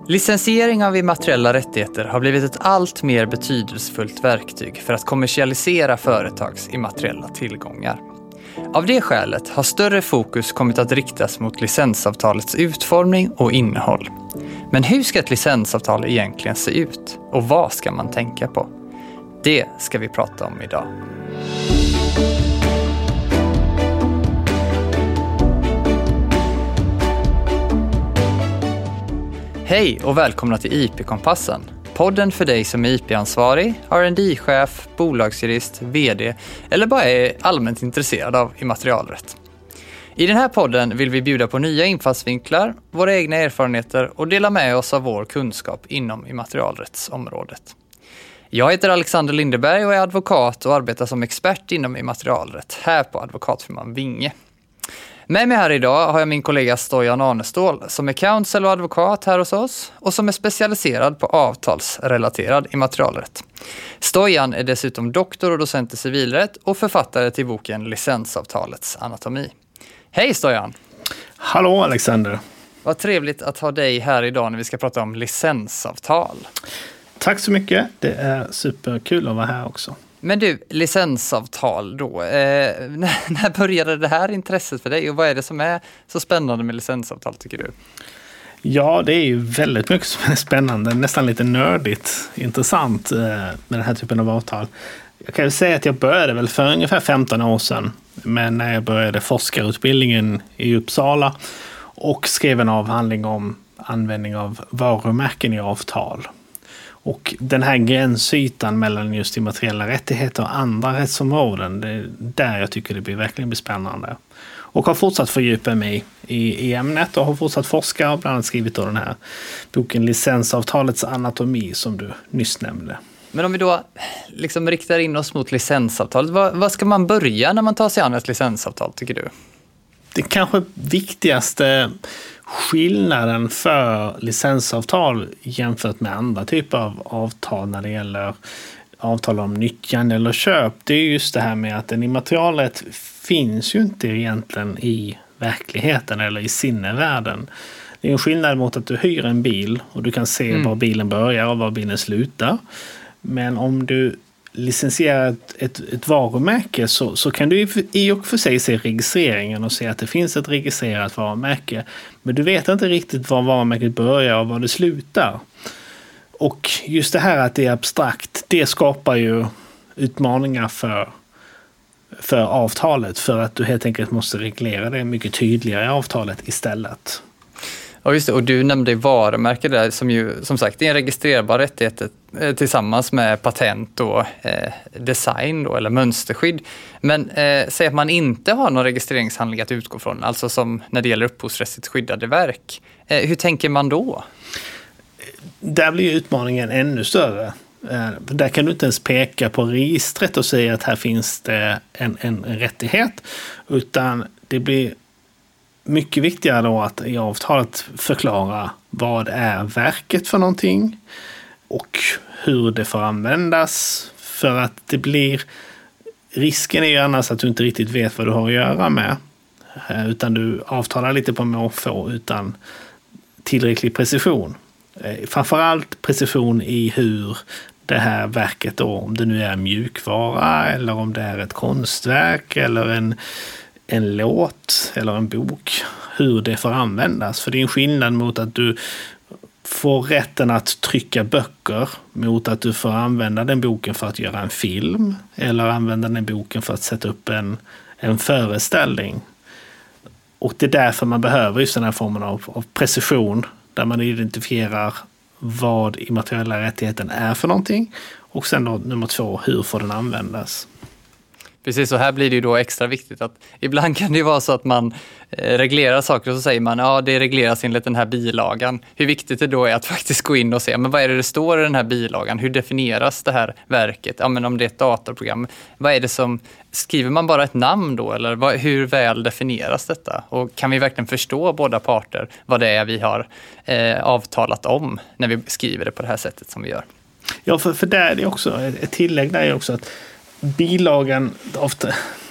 Licensiering av immateriella rättigheter har blivit ett allt mer betydelsefullt verktyg för att kommersialisera företags immateriella tillgångar. Av det skälet har större fokus kommit att riktas mot licensavtalets utformning och innehåll. Men hur ska ett licensavtal egentligen se ut? Och vad ska man tänka på? Det ska vi prata om idag. Hej och välkomna till IP-kompassen. Podden för dig som är IP-ansvarig, R&D-chef, bolagsjurist, vd eller bara är allmänt intresserad av immaterialrätt. I den här podden vill vi bjuda på nya infallsvinklar, våra egna erfarenheter och dela med oss av vår kunskap inom immaterialrättsområdet. Jag heter Alexander Lindeberg och är advokat och arbetar som expert inom immaterialrätt här på advokatfirman Vinge. Med mig här idag har jag min kollega Stojan Arnestål som är counsel och advokat här hos oss och som är specialiserad på avtalsrelaterad immaterialrätt. Stojan är dessutom doktor och docent i civilrätt och författare till boken Licensavtalets anatomi. Hej Stojan! Hallå Alexander! Vad trevligt att ha dig här idag när vi ska prata om licensavtal. Tack så mycket, det är superkul att vara här också. Men du, licensavtal då, när började det här intresset för dig och vad är det som är så spännande med licensavtal tycker du? Ja, det är ju väldigt mycket som är spännande, nästan lite nördigt intressant med den här typen av avtal. Jag kan ju säga att jag började väl för ungefär 15 år sedan, men när jag började forskarutbildningen i Uppsala och skrev en avhandling om användning av varumärken i avtal. Och den här gränsytan mellan just immateriella rättigheter och andra rättsområden, det är där jag tycker det blir verkligen spännande. Och har fortsatt fördjupa mig i ämnet och har fortsatt forska och bland annat skrivit då den här boken Licensavtalets anatomi som du nyss nämnde. Men om vi då liksom riktar in oss mot licensavtalet, vad ska man börja när man tar sig an ett licensavtal tycker du? Det kanske viktigaste skillnaden för licensavtal jämfört med andra typer av avtal när det gäller avtal om nyttjande eller köp, det är just det här med att en immaterialrätt finns ju inte egentligen i verkligheten eller i sinnevärlden. Det är en skillnad mot att du hyr en bil och du kan se var bilen börjar och var bilen slutar. Men om du licensierar ett varumärke så kan du i och för sig se registreringen och se att det finns ett registrerat varumärke. Men du vet inte riktigt var varumärket börjar och var det slutar. Och just det här att det är abstrakt, det skapar ju utmaningar för avtalet. För att du helt enkelt måste reglera det mycket tydligare i avtalet istället. Ja just det, och du nämnde varumärke där som ju som sagt är en registrerbar rättighet tillsammans med patent och design då, eller mönsterskydd. Men säg att man inte har någon registreringshandling att utgå från, alltså som när det gäller upphovsrättsligt skyddade verk. Hur tänker man då? Där blir utmaningen ännu större. Där kan du inte ens peka på registret och säga att här finns det en rättighet, utan det blir mycket viktigare då att i avtalet förklara vad är verket för någonting och hur det får användas, för att det blir risken är ju annars att du inte riktigt vet vad du har att göra med, utan du avtalar lite på måfå utan tillräcklig precision. Framförallt precision i hur det här verket då, om det nu är en mjukvara eller om det är ett konstverk eller en låt eller en bok, hur det får användas. För det är en skillnad mot att du får rätten att trycka böcker mot att du får använda den boken för att göra en film eller använda den boken för att sätta upp en föreställning. Och det är därför man behöver just den här formen av precision där man identifierar vad immateriella rättigheten är för någonting och sen då nummer 2, hur får den användas. Precis, så här blir det ju då extra viktigt att ibland kan det ju vara så att man reglerar saker och så säger man ja det regleras enligt den här bilagan. Hur viktigt det då är att faktiskt gå in och se men vad är det står i den här bilagan? Hur definieras det här verket? Ja men om det är ett datorprogram, vad är det som, skriver man bara ett namn då eller hur väl definieras detta? Och kan vi verkligen förstå båda parter vad det är vi har avtalat om när vi skriver det på det här sättet som vi gör? Ja, för där är det också ett tillägg där är också att bilagan ofta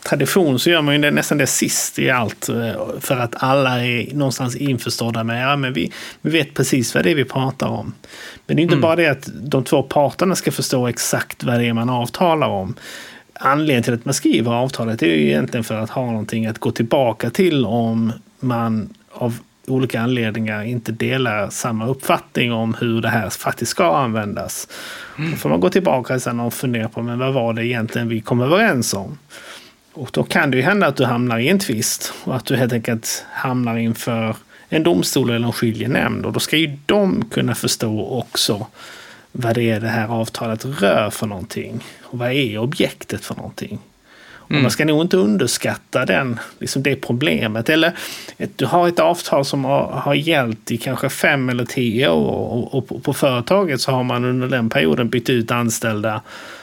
tradition så gör man ju nästan det sist i allt för att alla är någonstans införstådda med men vi vet precis vad det är vi pratar om. Men det är inte bara det att de två parterna ska förstå exakt vad det är man avtalar om. Anledningen till att man skriver avtalet är ju egentligen för att ha någonting att gå tillbaka till om man av olika anledningar inte delar samma uppfattning om hur det här faktiskt ska användas. Då får man gå tillbaka sen och fundera på men vad var det egentligen vi kom överens om. Och då kan det ju hända att du hamnar i en tvist och att du helt enkelt hamnar inför en domstol eller en skiljenämnd. Och då ska ju de kunna förstå också vad det är det här avtalet rör för någonting. Och vad är objektet för någonting. Och man ska nog inte underskatta det problemet. Eller du har ett avtal som har gällt i kanske 5 eller 10 år. Och på företaget så har man under den perioden bytt ut anställda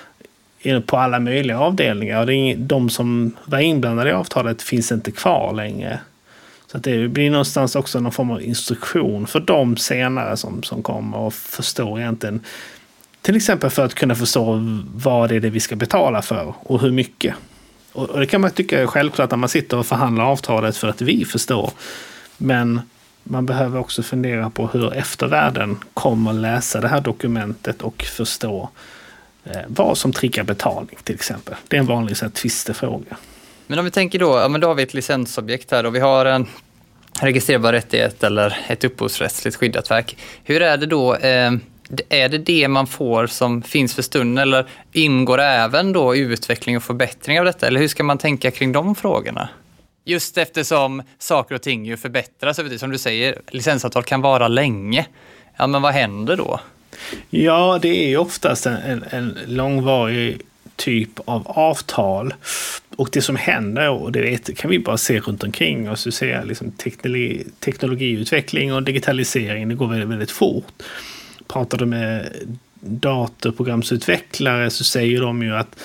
på alla möjliga avdelningar. Och de som var inblandade i avtalet finns inte kvar längre. Så att det blir någonstans också någon form av instruktion för de senare som kommer och förstår egentligen. Till exempel för att kunna förstå vad det är det vi ska betala för och hur mycket. Och det kan man tycka är självklart när man sitter och förhandlar avtalet för att vi förstår. Men man behöver också fundera på hur eftervärlden kommer läsa det här dokumentet och förstå vad som triggar betalning till exempel. Det är en vanlig tvistefråga. Men om vi tänker då har vi ett licensobjekt här och vi har en registrerbar rättighet eller ett upphovsrättsligt skyddat verk. Hur är det då? Är det man får som finns för stunden eller ingår även då utveckling och förbättring av detta? Eller hur ska man tänka kring de frågorna? Just eftersom saker och ting ju förbättras. Som du säger, licensavtal kan vara länge. Ja, men vad händer då? Ja, det är ju oftast en långvarig typ av avtal. Och det som händer, och det kan vi bara se runt omkring oss, så ser liksom teknologiutveckling och digitalisering, det går väldigt, väldigt fort. Pratar du med datorprogramsutvecklare så säger de ju att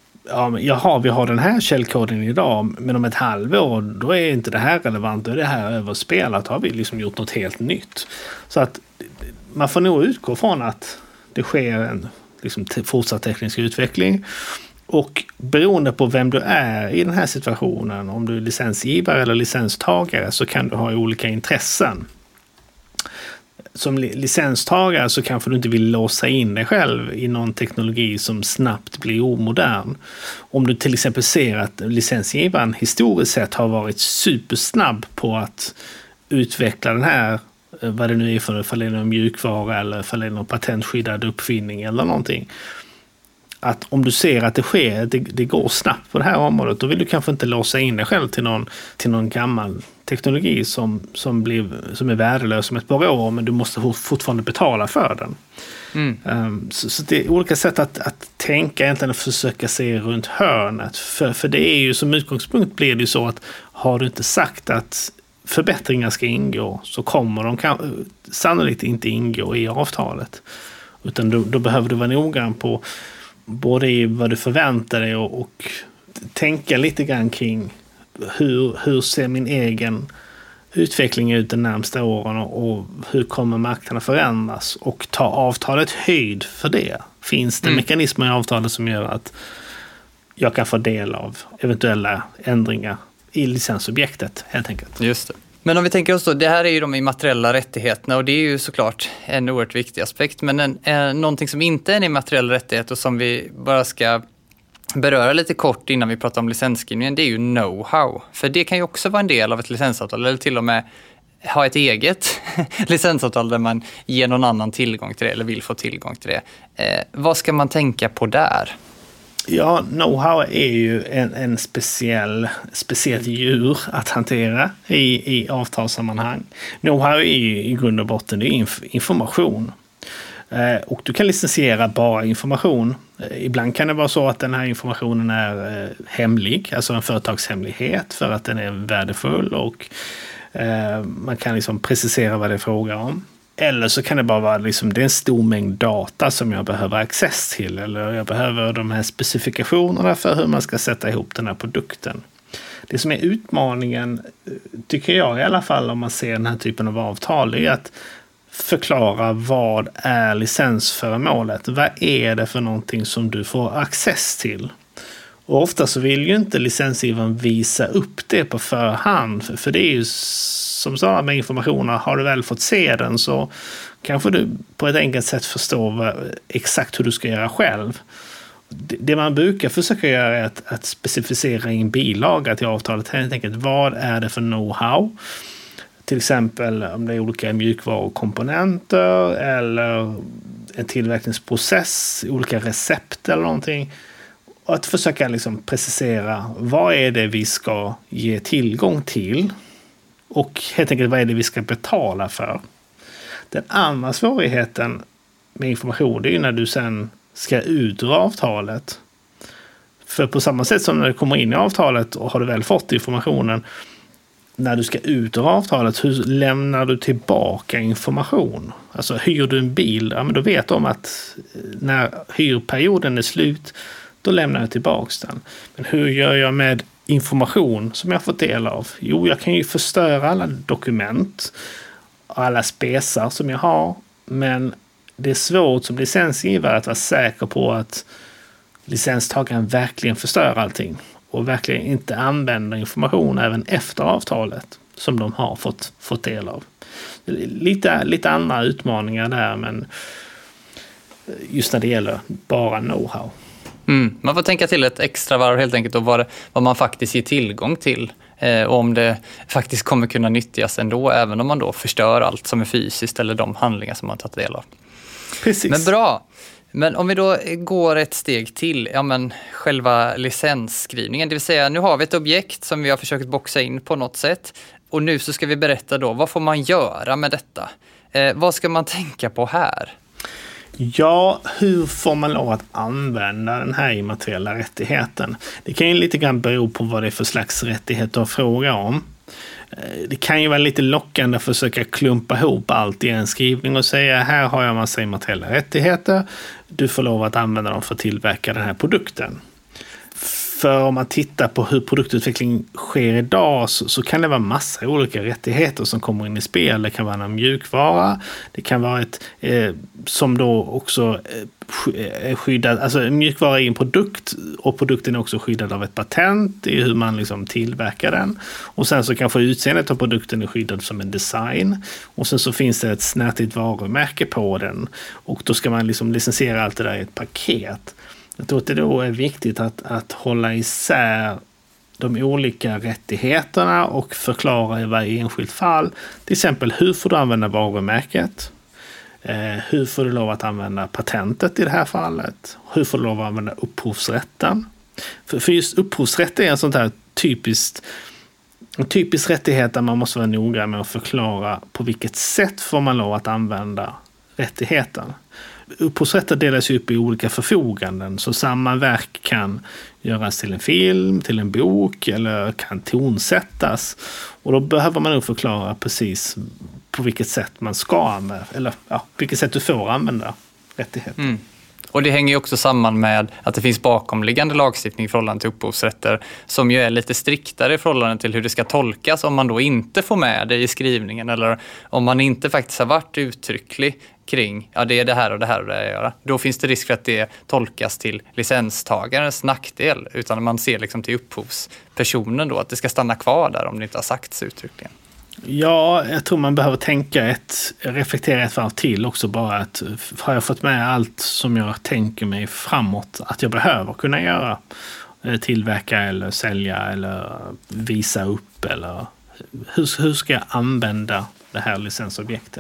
vi har den här källkoden idag, men om ett halvår då är inte det här relevant, då är det här överspelat, har vi liksom gjort något helt nytt. Så att man får nog utgå från att det sker en fortsatt teknisk utveckling. Och beroende på vem du är i den här situationen, om du är licensgivare eller licenstagare, så kan du ha olika intressen. Som licenstagare så kanske du inte vill låsa in dig själv i någon teknologi som snabbt blir omodern. Om du till exempel ser att licensgivaren historiskt sett har varit supersnabb på att utveckla den här, vad det nu är för det är någon mjukvara eller för det är någon patentskyddad uppfinning eller någonting. Att om du ser att det går snabbt på det här området, då vill du kanske inte låsa in dig själv till någon gammal teknologi som är värdelös om ett par år, men du måste fortfarande betala för den. Så det är olika sätt att tänka egentligen och försöka se runt hörnet. För det är ju som utgångspunkt blir det ju så att har du inte sagt att förbättringar ska ingå, så kommer de sannolikt inte ingå i avtalet. Utan då behöver du vara noggrann på både i vad du förväntar dig och tänka lite grann kring hur ser min egen utveckling ut de närmsta åren och hur kommer marknaden förändras, och ta avtalet höjd för det. Finns det mekanismer i avtalet som gör att jag kan få del av eventuella ändringar i licensobjektet helt enkelt. Just det. Men om vi tänker oss då, det här är ju de immateriella rättigheterna och det är ju såklart en oerhört viktig aspekt. Men någonting som inte är en immateriell rättighet och som vi bara ska beröra lite kort innan vi pratar om licensskrivningen, det är ju know-how. För det kan ju också vara en del av ett licensavtal eller till och med ha ett eget licensavtal där man ger någon annan tillgång till det eller vill få tillgång till det. Vad ska man tänka på där? Ja, know-how är ju en speciellt djur att hantera i avtalssammanhang. Know-how är ju i grund och botten information. Och du kan licensiera bara information. Ibland kan det vara så att den här informationen är hemlig, alltså en företagshemlighet för att den är värdefull och man kan liksom precisera vad det är fråga om. Eller så kan det bara vara det är en stor mängd data som jag behöver access till, eller jag behöver de här specifikationerna för hur man ska sätta ihop den här produkten. Det som är utmaningen, tycker jag i alla fall, om man ser den här typen av avtal, är att förklara vad är licensföremålet. Vad är det för någonting som du får access till? Och ofta så vill ju inte licensgivaren visa upp det på förhand. För det är ju som så med informationen, har du väl fått se den så kanske du på ett enkelt sätt förstår exakt hur du ska göra själv. Det man brukar försöka göra är att specificera i en bilaga till avtalet helt enkelt. Vad är det för know-how? Till exempel om det är olika mjukvarukomponenter eller en tillverkningsprocess, olika recept eller någonting. Och att försöka liksom precisera vad är det vi ska ge tillgång till och helt enkelt vad är det vi ska betala för. Den andra svårigheten med information är ju när du sen ska ut ur avtalet. För på samma sätt som när du kommer in i avtalet och har du väl fått informationen, när du ska ut ur avtalet, hur lämnar du tillbaka information? Alltså hyr du en bil, ja, men då vet de att när hyrperioden är slut, då lämnar jag tillbaka den. Men hur gör jag med information som jag fått del av? Jo, jag kan ju förstöra alla dokument och alla spesar som jag har, men det är svårt som licensgivare att vara säker på att licenstagaren verkligen förstör allting och verkligen inte använder information även efter avtalet som de har fått del av. Lite andra utmaningar där, men just när det gäller bara know-how. Man får tänka till ett extra varv helt enkelt och vad man faktiskt ger tillgång till. Och om det faktiskt kommer kunna nyttjas ändå, även om man då förstör allt som är fysiskt eller de handlingar som man tagit del av. Precis. Men bra. Men om vi då går ett steg till, själva licensskrivningen. Det vill säga, nu har vi ett objekt som vi har försökt boxa in på något sätt. Och nu så ska vi berätta då, vad får man göra med detta? Vad ska man tänka på här? Ja, hur får man lov att använda den här immateriella rättigheten? Det kan ju lite grann bero på vad det är för slags rättigheter att fråga om. Det kan ju vara lite lockande att försöka klumpa ihop allt i en skrivning och säga här har jag en massa immateriella rättigheter. Du får lov att använda dem för att tillverka den här produkten. För om man tittar på hur produktutveckling sker idag så kan det vara massa olika rättigheter som kommer in i spel. Det kan vara en mjukvara, det kan vara ett som då också är skyddad, alltså en mjukvara är en produkt och produkten är också skyddad av ett patent i hur man liksom tillverkar den. Och sen så kanske utseendet av produkten är skyddad som en design. Och sen så finns det ett snärtigt varumärke på den och då ska man liksom licensiera allt det där i ett paket. Jag tror att det då är viktigt att hålla isär de olika rättigheterna och förklara i varje enskilt fall. Till exempel, hur får du använda varumärket? Hur får du lov att använda patentet i det här fallet? Hur får du lov att använda upphovsrätten? För just upphovsrätt är en sån här en typisk rättighet där man måste vara noga med att förklara på vilket sätt får man lov att använda rättigheten. Upphovsrätten delas upp i olika förfoganden, så samma verk kan göras till en film, till en bok eller kan tonsättas, och då behöver man nog förklara precis på vilket sätt man ska använda, eller vilket sätt du får använda rättigheten. Och det hänger ju också samman med att det finns bakomliggande lagstiftning i förhållande till upphovsrätter som ju är lite striktare i förhållande till hur det ska tolkas om man då inte får med det i skrivningen, eller om man inte faktiskt har varit uttrycklig kring, det är det här och det här och det här att göra. Då finns det risk för att det tolkas till licenstagarens nackdel, utan man ser liksom till upphovspersonen då, att det ska stanna kvar där om det inte har sagts uttryckligen. Ja, jag tror man behöver reflektera ett varv till också, bara att har jag fått med allt som jag tänker mig framåt att jag behöver kunna göra, tillverka eller sälja eller visa upp, eller hur ska jag använda det här licensobjektet?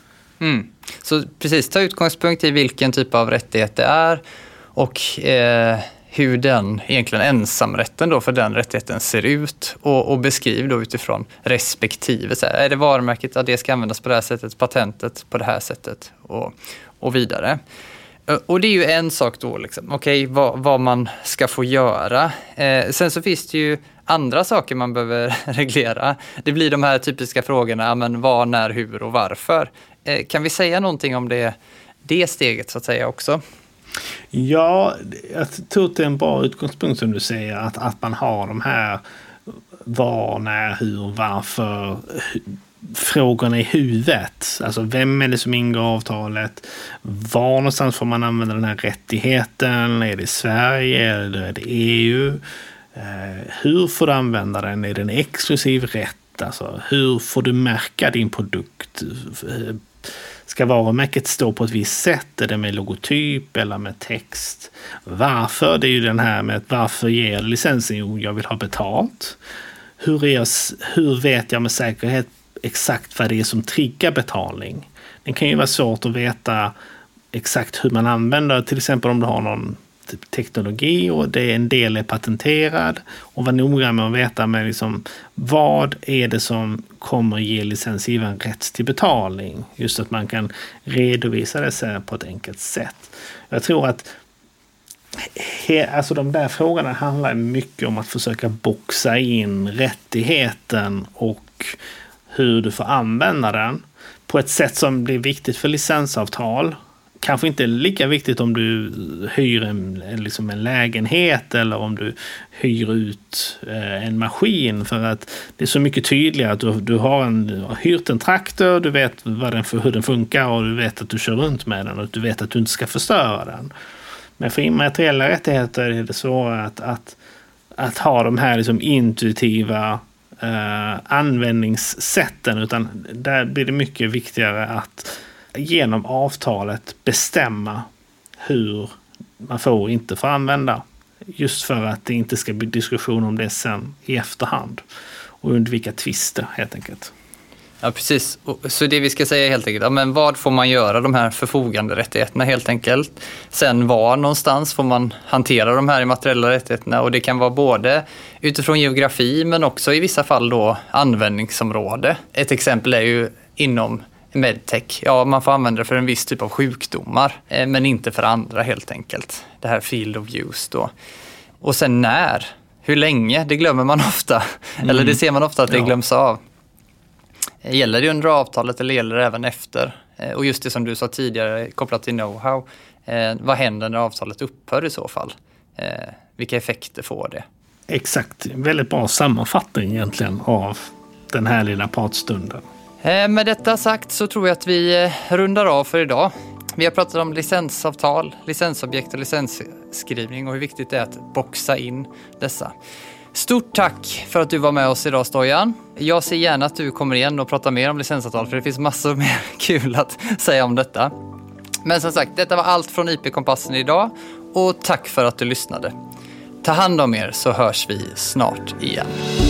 Så precis, ta utgångspunkt i vilken typ av rättighet det är och hur den egentligen ensamrätten då för den rättigheten ser ut, och beskriv då utifrån respektive. Så här, är det varumärket att det ska användas på det här sättet, patentet på det här sättet och vidare. Och det är ju en sak då, liksom, vad man ska få göra. Sen så finns det ju andra saker man behöver reglera. Det blir de här typiska frågorna, men vad, när, hur och varför. Kan vi säga någonting om det steget så att säga också? Ja, jag tror att det är en bra utgångspunkt som du säger, att man har de här var, när, hur, varför. frågorna i huvudet. Alltså vem är det som ingår avtalet? Var någonstans får man använda den här rättigheten? Är det Sverige eller är det EU? Hur får du använda den? Är det en exklusiv rätt? Alltså, hur får du märka din produkt? Ska varumärket stå på ett visst sätt? Är det med logotyp eller med text? Varför? Det är ju den här med varför ger licensen? Jo, jag vill ha betalt. Hur vet jag med säkerhet exakt vad det är som triggar betalning? Det kan ju vara svårt att veta exakt hur man använder, till exempel om du har någon typ teknologi och det är en del är patenterad, och vara noga med att veta med liksom, vad är det som kommer ge licensgivaren rätt till betalning. Just att man kan redovisa det på ett enkelt sätt. Jag tror att alltså de där frågorna handlar mycket om att försöka boxa in rättigheten och hur du får använda den på ett sätt som blir viktigt för licensavtal. Kanske inte lika viktigt om du hyr en lägenhet eller om du hyr ut en maskin, för att det är så mycket tydligare att du har hyrt en traktor, du vet hur den funkar och du vet att du kör runt med den och du vet att du inte ska förstöra den. Men för immateriella rättigheter är det svårare att ha de här liksom intuitiva användningssätten, utan där blir det mycket viktigare att genom avtalet bestämma hur man får och inte får använda. Just för att det inte ska bli diskussion om det sen i efterhand och undvika tvister helt enkelt. Ja, precis. Så det vi ska säga helt enkelt, ja, men vad får man göra de här förfogande rättigheterna helt enkelt. Sen var någonstans får man hantera de här immateriella rättigheterna, och det kan vara både utifrån geografi men också i vissa fall då användningsområde. Ett exempel är ju inom medtech. Ja, man får använda det för en viss typ av sjukdomar, men inte för andra helt enkelt. Det här field of use då. Och sen hur länge, det glömmer man ofta. Eller det ser man ofta att det glöms av. Gäller det under avtalet eller gäller det även efter? Och just det som du sa tidigare kopplat till know-how. Vad händer när avtalet upphör i så fall? Vilka effekter får det? Exakt, väldigt bra sammanfattning egentligen av den här lilla pratstunden. Med detta sagt så tror jag att vi rundar av för idag. Vi har pratat om licensavtal, licensobjekt och licensskrivning och hur viktigt det är att boxa in dessa. Stort tack för att du var med oss idag, Stojan. Jag ser gärna att du kommer igen och pratar mer om licensavtal, för det finns massor mer kul att säga om detta. Men som sagt, detta var allt från IP-kompassen idag, och tack för att du lyssnade. Ta hand om er så hörs vi snart igen.